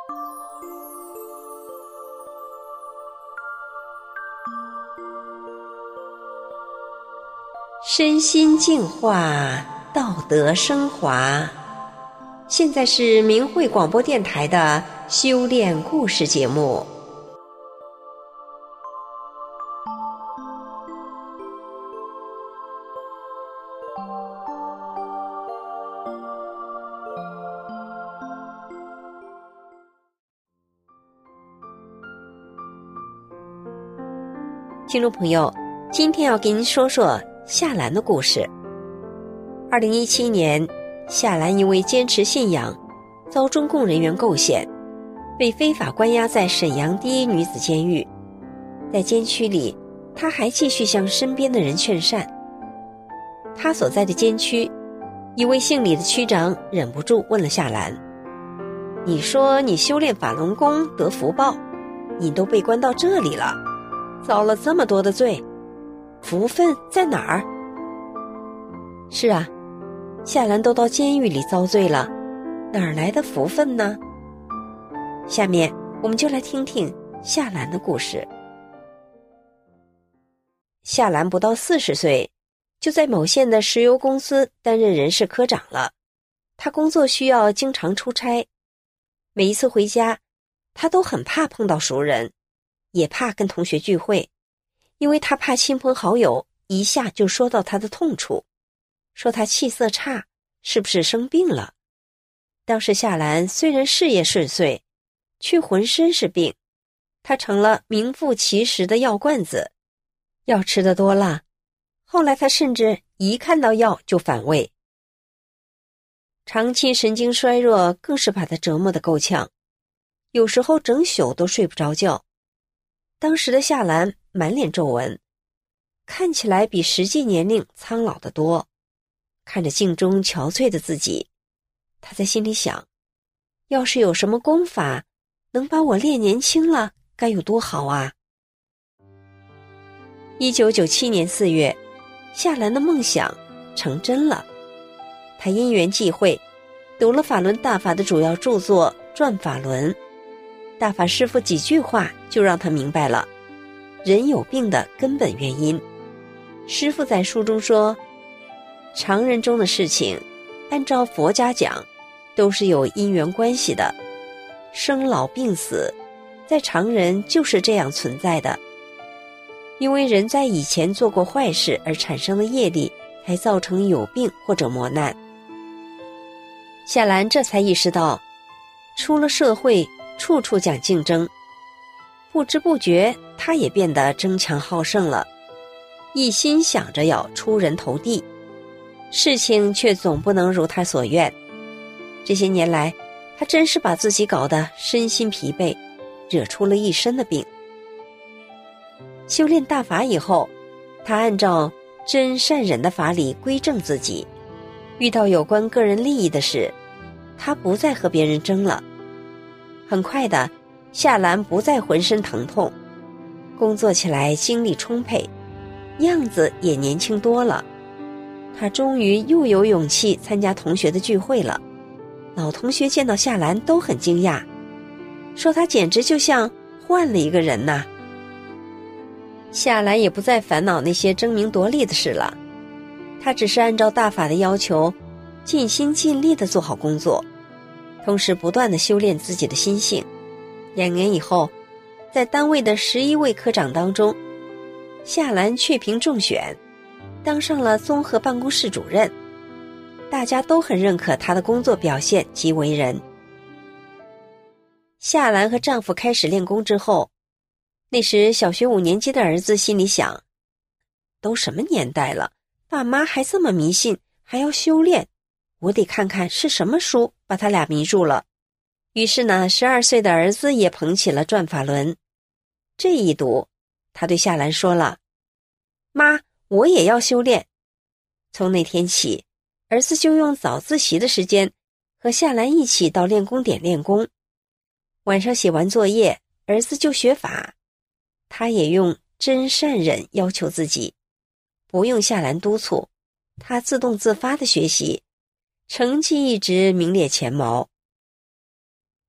身心净化，道德升华。现在是明慧广播电台的修炼故事节目。听众朋友，今天要给您说说夏兰的故事。2017年，夏兰因为坚持信仰，遭中共人员构陷，被非法关押在沈阳第一女子监狱。在监区里，她还继续向身边的人劝善。她所在的监区，一位姓李的区长忍不住问了夏兰：“你说你修炼法轮功得福报，你都被关到这里了，遭了这么多的罪，福分在哪儿？”是啊，夏兰都到监狱里遭罪了，哪儿来的福分呢？下面我们就来听听夏兰的故事。夏兰不到40岁，就在某县的石油公司担任人事科长了。她工作需要经常出差，每一次回家，她都很怕碰到熟人，也怕跟同学聚会，因为她怕亲朋好友一下就说到她的痛处，说她气色差，是不是生病了？当时夏兰虽然事业顺遂，却浑身是病，她成了名副其实的药罐子，药吃得多了，后来她甚至一看到药就反胃。长期神经衰弱更是把她折磨得够呛，有时候整宿都睡不着觉。当时的夏兰满脸皱纹，看起来比实际年龄苍老得多。看着镜中憔悴的自己，她在心里想，要是有什么功法能把我练年轻了，该有多好啊。1997年4月，夏兰的梦想成真了。她因缘际会读了法轮大法的主要著作《转法轮》，大法师父几句话就让她明白了人有病的根本原因。师父在书中说，常人中的事情，按照佛家讲，都是有因缘关系的。生老病死，在常人就是这样存在的。因为人在以前做过坏事而产生的业力，才造成有病或者磨难。夏兰这才意识到，出了社会，处处讲竞争。不知不觉，她也变得争强好胜了，一心想着要出人头地。事情却总不能如他所愿。这些年来，他真是把自己搞得身心疲惫，惹出了一身的病。修炼大法以后，他按照真善忍的法理归正自己，遇到有关个人利益的事，他不再和别人争了。很快的，夏兰不再浑身疼痛，工作起来精力充沛，样子也年轻多了。他终于又有勇气参加同学的聚会了，老同学见到夏兰都很惊讶，说她简直就像换了一个人呐。夏兰也不再烦恼那些争名夺利的事了，她只是按照大法的要求，尽心尽力地做好工作，同时不断地修炼自己的心性。2年以后，在单位的11位科长当中，夏兰确评中选，当上了综合办公室主任，大家都很认可她的工作表现及为人。夏兰和丈夫开始练功之后，那时小学5年级的儿子心里想，都什么年代了，爸妈还这么迷信，还要修炼，我得看看是什么书把他俩迷住了。于是呢，12岁的儿子也捧起了转法轮。这一读，他对夏兰说了，妈，我也要修炼。从那天起，儿子就用早自习的时间和夏兰一起到练功点练功。晚上写完作业，儿子就学法，他也用真善忍要求自己，不用夏兰督促，他自动自发的学习，成绩一直名列前茅。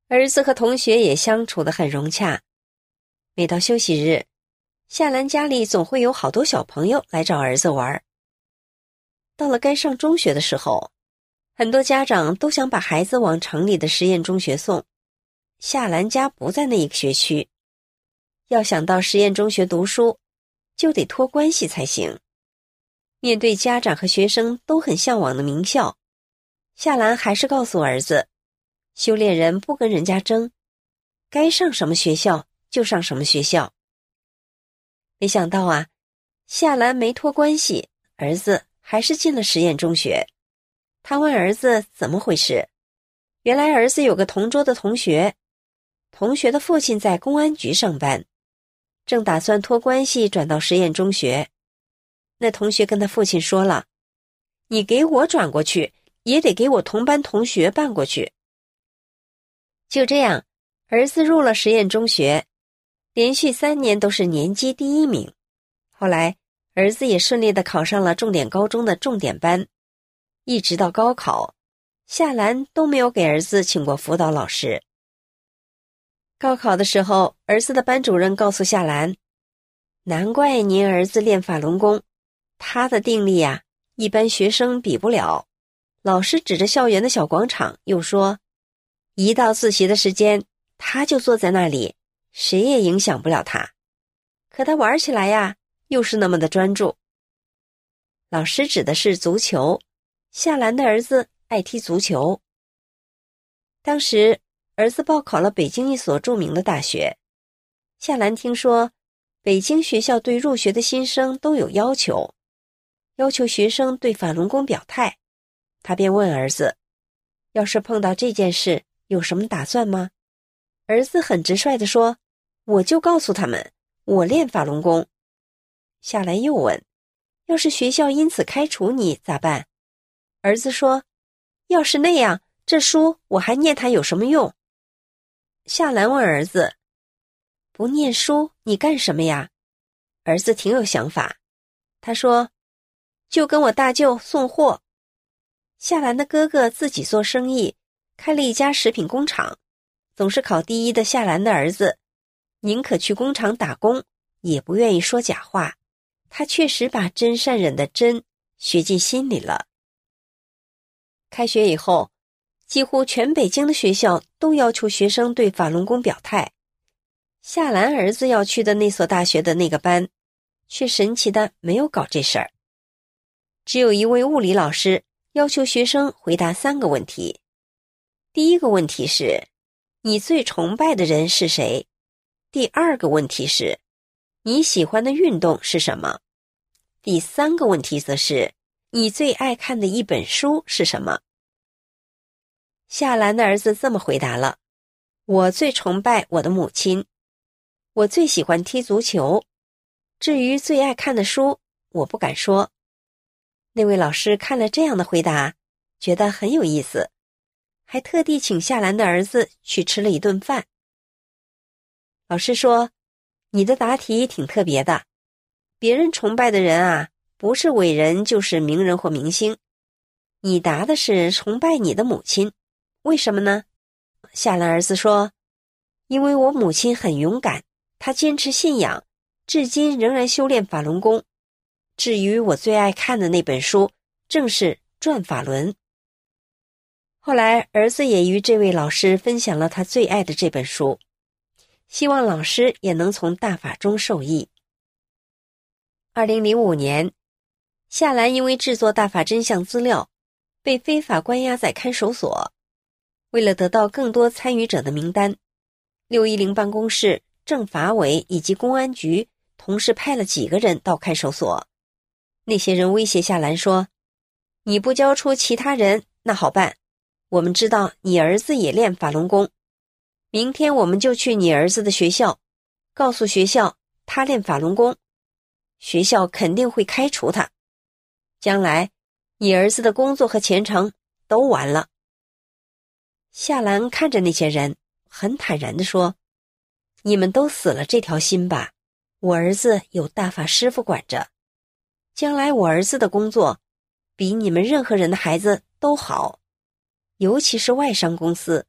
儿子和同学也相处得很融洽。每到休息日，夏兰家里总会有好多小朋友来找儿子玩。到了该上中学的时候，很多家长都想把孩子往城里的实验中学送。夏兰家不在那一个学区，要想到实验中学读书，就得托关系才行。面对家长和学生都很向往的名校，夏兰还是告诉儿子，修炼人不跟人家争，该上什么学校就上什么学校。没想到啊，夏兰没托关系，儿子还是进了实验中学。他问儿子怎么回事，原来儿子有个同桌的同学，同学的父亲在公安局上班，正打算托关系转到实验中学。那同学跟他父亲说了，你给我转过去，也得给我同班同学办过去。就这样，儿子入了实验中学，连续3年都是年级第1名。后来儿子也顺利地考上了重点高中的重点班，一直到高考，夏兰都没有给儿子请过辅导老师。高考的时候，儿子的班主任告诉夏兰，难怪您儿子练法轮功，他的定力啊，一般学生比不了。老师指着校园的小广场又说，一到自习的时间，他就坐在那里，谁也影响不了他。可他玩起来呀，又是那么的专注。老师指的是足球，夏兰的儿子爱踢足球。当时儿子报考了北京一所著名的大学，夏兰听说北京学校对入学的新生都有要求学生对法轮功表态。他便问儿子，要是碰到这件事有什么打算吗？儿子很直率地说，我就告诉他们我练法轮功。夏兰又问，要是学校因此开除你咋办？儿子说，要是那样，这书我还念它有什么用？夏兰问儿子，不念书你干什么呀？儿子挺有想法，他说，就跟我大舅送货。夏兰的哥哥自己做生意，开了一家食品工厂，总是考第1的夏兰的儿子，宁可去工厂打工，也不愿意说假话。他确实把真善忍的真学进心里了。开学以后，几乎全北京的学校都要求学生对法轮功表态。夏兰儿子要去的那所大学的那个班，却神奇的没有搞这事儿。只有一位物理老师要求学生回答3个问题。第1个问题是，你最崇拜的人是谁？第2个问题是，你喜欢的运动是什么？第3个问题则是，你最爱看的一本书是什么？夏兰的儿子这么回答了，我最崇拜我的母亲，我最喜欢踢足球，至于最爱看的书，我不敢说。那位老师看了这样的回答，觉得很有意思，还特地请夏兰的儿子去吃了一顿饭。老师说，你的答题挺特别的，别人崇拜的人啊，不是伟人就是名人或明星，你答的是崇拜你的母亲，为什么呢？夏兰儿子说，因为我母亲很勇敢，她坚持信仰，至今仍然修炼法轮功。至于我最爱看的那本书，正是《转法轮》。后来儿子也与这位老师分享了他最爱的这本书，希望老师也能从大法中受益。2005年，夏兰因为制作大法真相资料，被非法关押在看守所。为了得到更多参与者的名单，610办公室、政法委以及公安局同时派了几个人到看守所。那些人威胁夏兰说，你不交出其他人，那好办，我们知道你儿子也练法轮功，明天我们就去你儿子的学校，告诉学校他练法轮功，学校肯定会开除他，将来你儿子的工作和前程都完了。夏兰看着那些人，很坦然地说，你们都死了这条心吧，我儿子有大法师父管着，将来我儿子的工作比你们任何人的孩子都好，尤其是外商公司，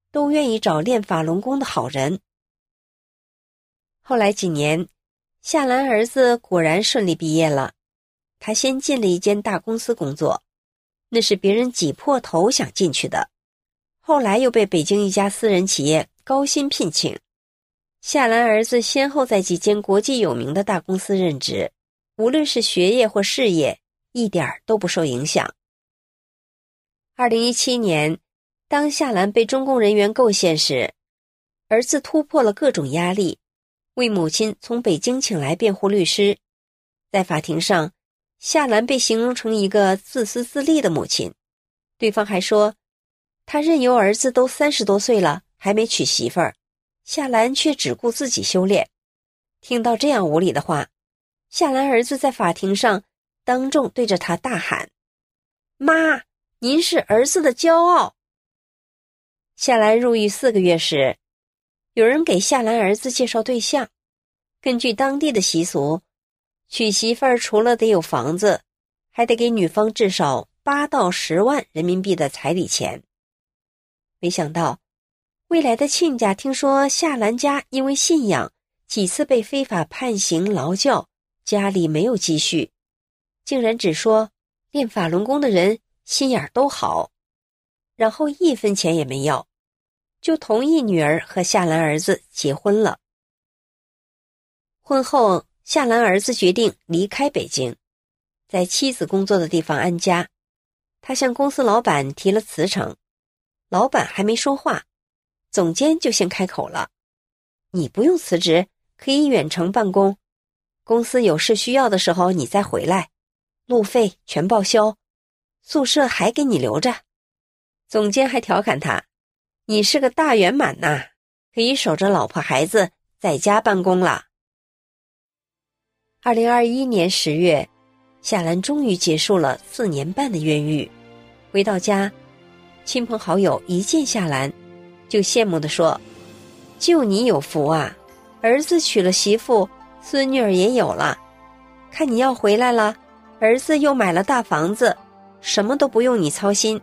都愿意找练法轮功的好人。后来几年，夏兰儿子果然顺利毕业了。他先进了一间大公司工作，那是别人挤破头想进去的。后来又被北京一家私人企业高薪聘请。夏兰儿子先后在几间国际有名的大公司任职，无论是学业或事业，一点都不受影响。2017年，当夏兰被中共人员构陷时，儿子突破了各种压力，为母亲从北京请来辩护律师。在法庭上，夏兰被形容成一个自私自利的母亲，对方还说，他任由儿子都30多岁了，还没娶媳妇儿，夏兰却只顾自己修炼。听到这样无理的话，夏兰儿子在法庭上当众对着他大喊：“妈，您是儿子的骄傲。”夏兰入狱4个月时，有人给夏兰儿子介绍对象。根据当地的习俗，娶媳妇儿除了得有房子，还得给女方至少8到10万人民币的彩礼钱。没想到，未来的亲家听说夏兰家因为信仰几次被非法判刑劳教，家里没有积蓄，竟然只说练法轮功的人心眼都好，然后1分钱也没要，就同意女儿和夏兰儿子结婚了。婚后，夏兰儿子决定离开北京，在妻子工作的地方安家。他向公司老板提了辞呈，老板还没说话，总监就先开口了：“你不用辞职，可以远程办公，公司有事需要的时候你再回来，路费全报销，宿舍还给你留着。”总监还调侃他：“你是个大圆满呐，可以守着老婆孩子在家办公了。”2021年10月，夏兰终于结束了4年半的冤狱。回到家，亲朋好友一见夏兰，就羡慕地说：“就你有福啊，儿子娶了媳妇，孙女儿也有了。看你要回来了，儿子又买了大房子，什么都不用你操心。”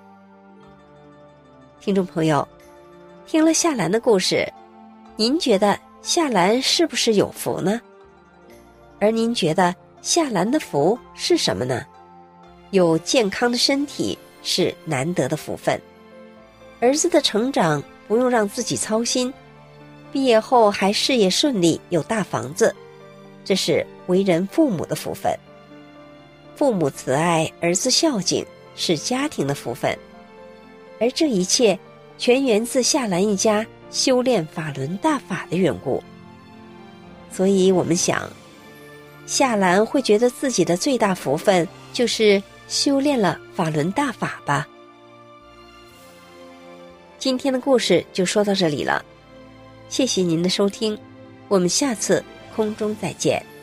听众朋友，听了夏兰的故事，您觉得夏兰是不是有福呢？而您觉得夏兰的福是什么呢？有健康的身体是难得的福分，儿子的成长不用让自己操心，毕业后还事业顺利，有大房子，这是为人父母的福分。父母慈爱，儿子孝敬，是家庭的福分。而这一切全源自夏兰一家修炼法轮大法的缘故。所以我们想，夏兰会觉得自己的最大福分就是修炼了法轮大法吧。今天的故事就说到这里了，谢谢您的收听，我们下次空中再见。